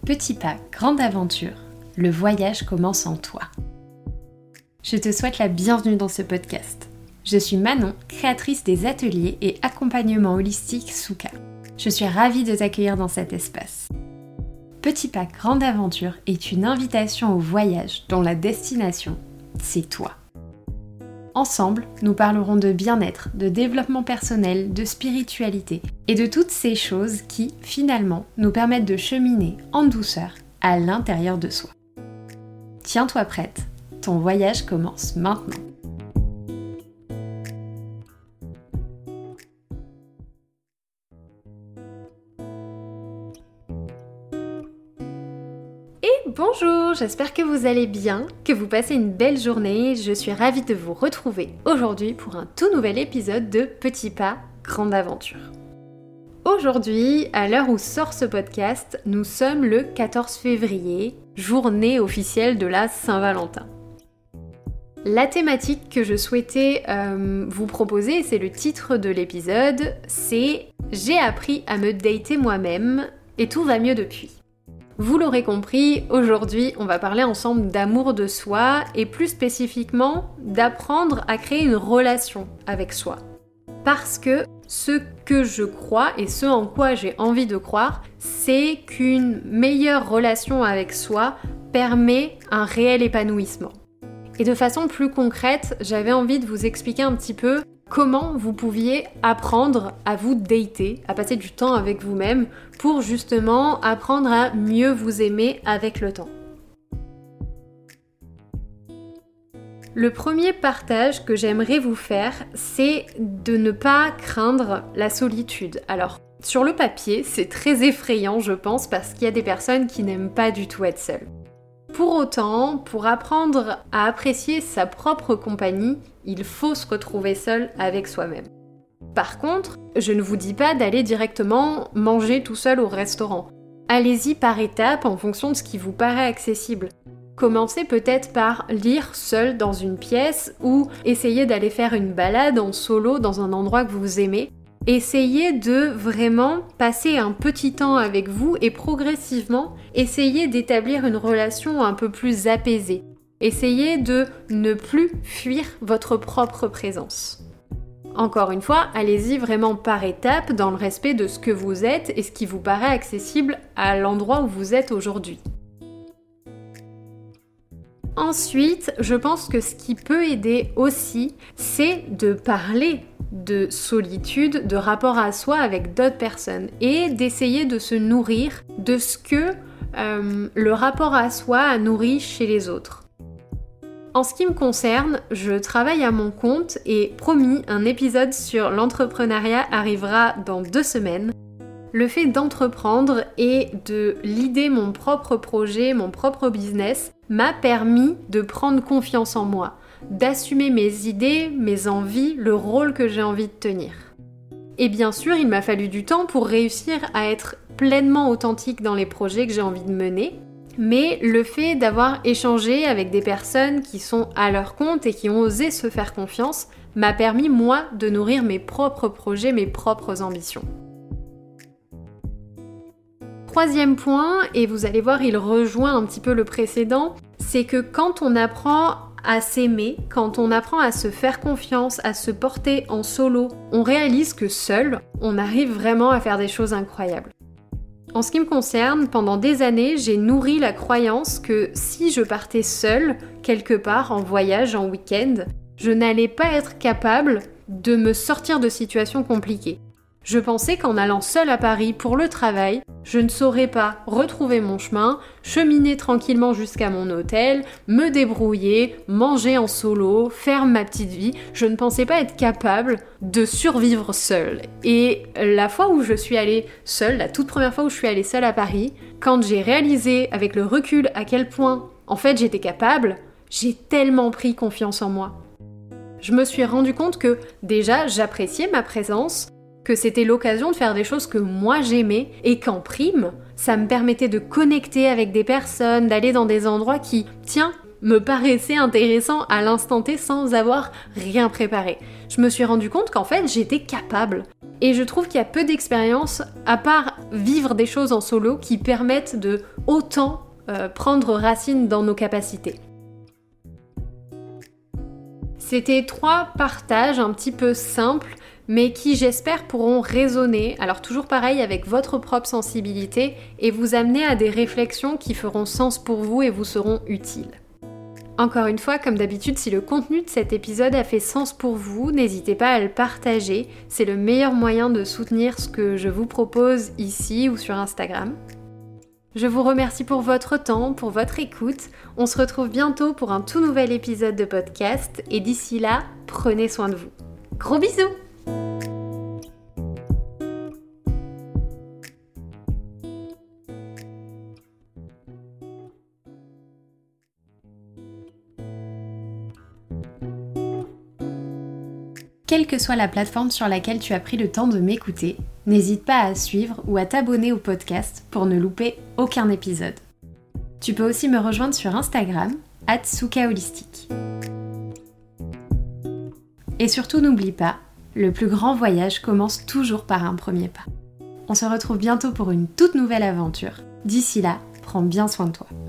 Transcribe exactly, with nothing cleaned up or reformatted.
Petit pas, grande aventure, le voyage commence en toi. Je te souhaite la bienvenue dans ce podcast. Je suis Manon, créatrice des ateliers et accompagnement holistique Souka. Je suis ravie de t'accueillir dans cet espace. Petit pas, grande aventure est une invitation au voyage dont la destination, c'est toi. Ensemble, nous parlerons de bien-être, de développement personnel, de spiritualité et de toutes ces choses qui, finalement, nous permettent de cheminer en douceur à l'intérieur de soi. Tiens-toi prête, ton voyage commence maintenant. Bonjour, j'espère que vous allez bien, que vous passez une belle journée. Je suis ravie de vous retrouver aujourd'hui pour un tout nouvel épisode de Petit pas, grande aventure. Aujourd'hui, à l'heure où sort ce podcast, nous sommes le quatorze février, journée officielle de la Saint-Valentin. La thématique que je souhaitais euh, vous proposer, c'est le titre de l'épisode, c'est « J'ai appris à me dater moi-même et tout va mieux depuis ». Vous l'aurez compris, aujourd'hui on va parler ensemble d'amour de soi et plus spécifiquement d'apprendre à créer une relation avec soi. Parce que ce que je crois et ce en quoi j'ai envie de croire, c'est qu'une meilleure relation avec soi permet un réel épanouissement. Et de façon plus concrète, j'avais envie de vous expliquer un petit peu comment vous pouviez apprendre à vous dater, à passer du temps avec vous-même pour justement apprendre à mieux vous aimer avec le temps. Le premier partage que j'aimerais vous faire, c'est de ne pas craindre la solitude. Alors, sur le papier, c'est très effrayant, je pense, parce qu'il y a des personnes qui n'aiment pas du tout être seules. Pour autant, pour apprendre à apprécier sa propre compagnie, il faut se retrouver seul avec soi-même. Par contre, je ne vous dis pas d'aller directement manger tout seul au restaurant. Allez-y par étapes en fonction de ce qui vous paraît accessible. Commencez peut-être par lire seul dans une pièce ou essayez d'aller faire une balade en solo dans un endroit que vous aimez. Essayez de vraiment passer un petit temps avec vous et progressivement, essayez d'établir une relation un peu plus apaisée. Essayez de ne plus fuir votre propre présence. Encore une fois, allez-y vraiment par étapes dans le respect de ce que vous êtes et ce qui vous paraît accessible à l'endroit où vous êtes aujourd'hui. Ensuite, je pense que ce qui peut aider aussi, c'est de parler de solitude, de rapport à soi avec d'autres personnes et d'essayer de se nourrir de ce que euh, le rapport à soi a nourri chez les autres. En ce qui me concerne, je travaille à mon compte et promis, un épisode sur l'entrepreneuriat arrivera dans deux semaines. Le fait d'entreprendre et de leader mon propre projet, mon propre business, m'a permis de prendre confiance en moi, d'assumer mes idées, mes envies, le rôle que j'ai envie de tenir. Et bien sûr, il m'a fallu du temps pour réussir à être pleinement authentique dans les projets que j'ai envie de mener, mais le fait d'avoir échangé avec des personnes qui sont à leur compte et qui ont osé se faire confiance m'a permis, moi, de nourrir mes propres projets, mes propres ambitions. Troisième point, et vous allez voir, il rejoint un petit peu le précédent, c'est que quand on apprend à s'aimer, quand on apprend à se faire confiance, à se porter en solo, on réalise que seul, on arrive vraiment à faire des choses incroyables. En ce qui me concerne, pendant des années, j'ai nourri la croyance que si je partais seule, quelque part, en voyage, en week-end, je n'allais pas être capable de me sortir de situations compliquées. Je pensais qu'en allant seule à Paris pour le travail, je ne saurais pas retrouver mon chemin, cheminer tranquillement jusqu'à mon hôtel, me débrouiller, manger en solo, faire ma petite vie. Je ne pensais pas être capable de survivre seule. Et la fois où je suis allée seule, la toute première fois où je suis allée seule à Paris, quand j'ai réalisé avec le recul à quel point, en fait, j'étais capable, j'ai tellement pris confiance en moi. Je me suis rendu compte que déjà, j'appréciais ma présence, que c'était l'occasion de faire des choses que moi j'aimais et qu'en prime, ça me permettait de connecter avec des personnes, d'aller dans des endroits qui, tiens, me paraissait intéressant à l'instant T sans avoir rien préparé. Je me suis rendu compte qu'en fait j'étais capable. Et je trouve qu'il y a peu d'expériences, à part vivre des choses en solo, qui permettent de autant euh, prendre racine dans nos capacités. C'était trois partages un petit peu simples, mais qui j'espère pourront résonner, alors toujours pareil avec votre propre sensibilité, et vous amener à des réflexions qui feront sens pour vous et vous seront utiles. Encore une fois, comme d'habitude, si le contenu de cet épisode a fait sens pour vous, n'hésitez pas à le partager, c'est le meilleur moyen de soutenir ce que je vous propose ici ou sur Instagram. Je vous remercie pour votre temps, pour votre écoute. On se retrouve bientôt pour un tout nouvel épisode de podcast et d'ici là, prenez soin de vous. Gros bisous! Quelle que soit la plateforme sur laquelle tu as pris le temps de m'écouter, n'hésite pas à suivre ou à t'abonner au podcast pour ne louper aucun épisode. Tu peux aussi me rejoindre sur Instagram, arobase soukaholistique. Et surtout n'oublie pas, le plus grand voyage commence toujours par un premier pas. On se retrouve bientôt pour une toute nouvelle aventure. D'ici là, prends bien soin de toi.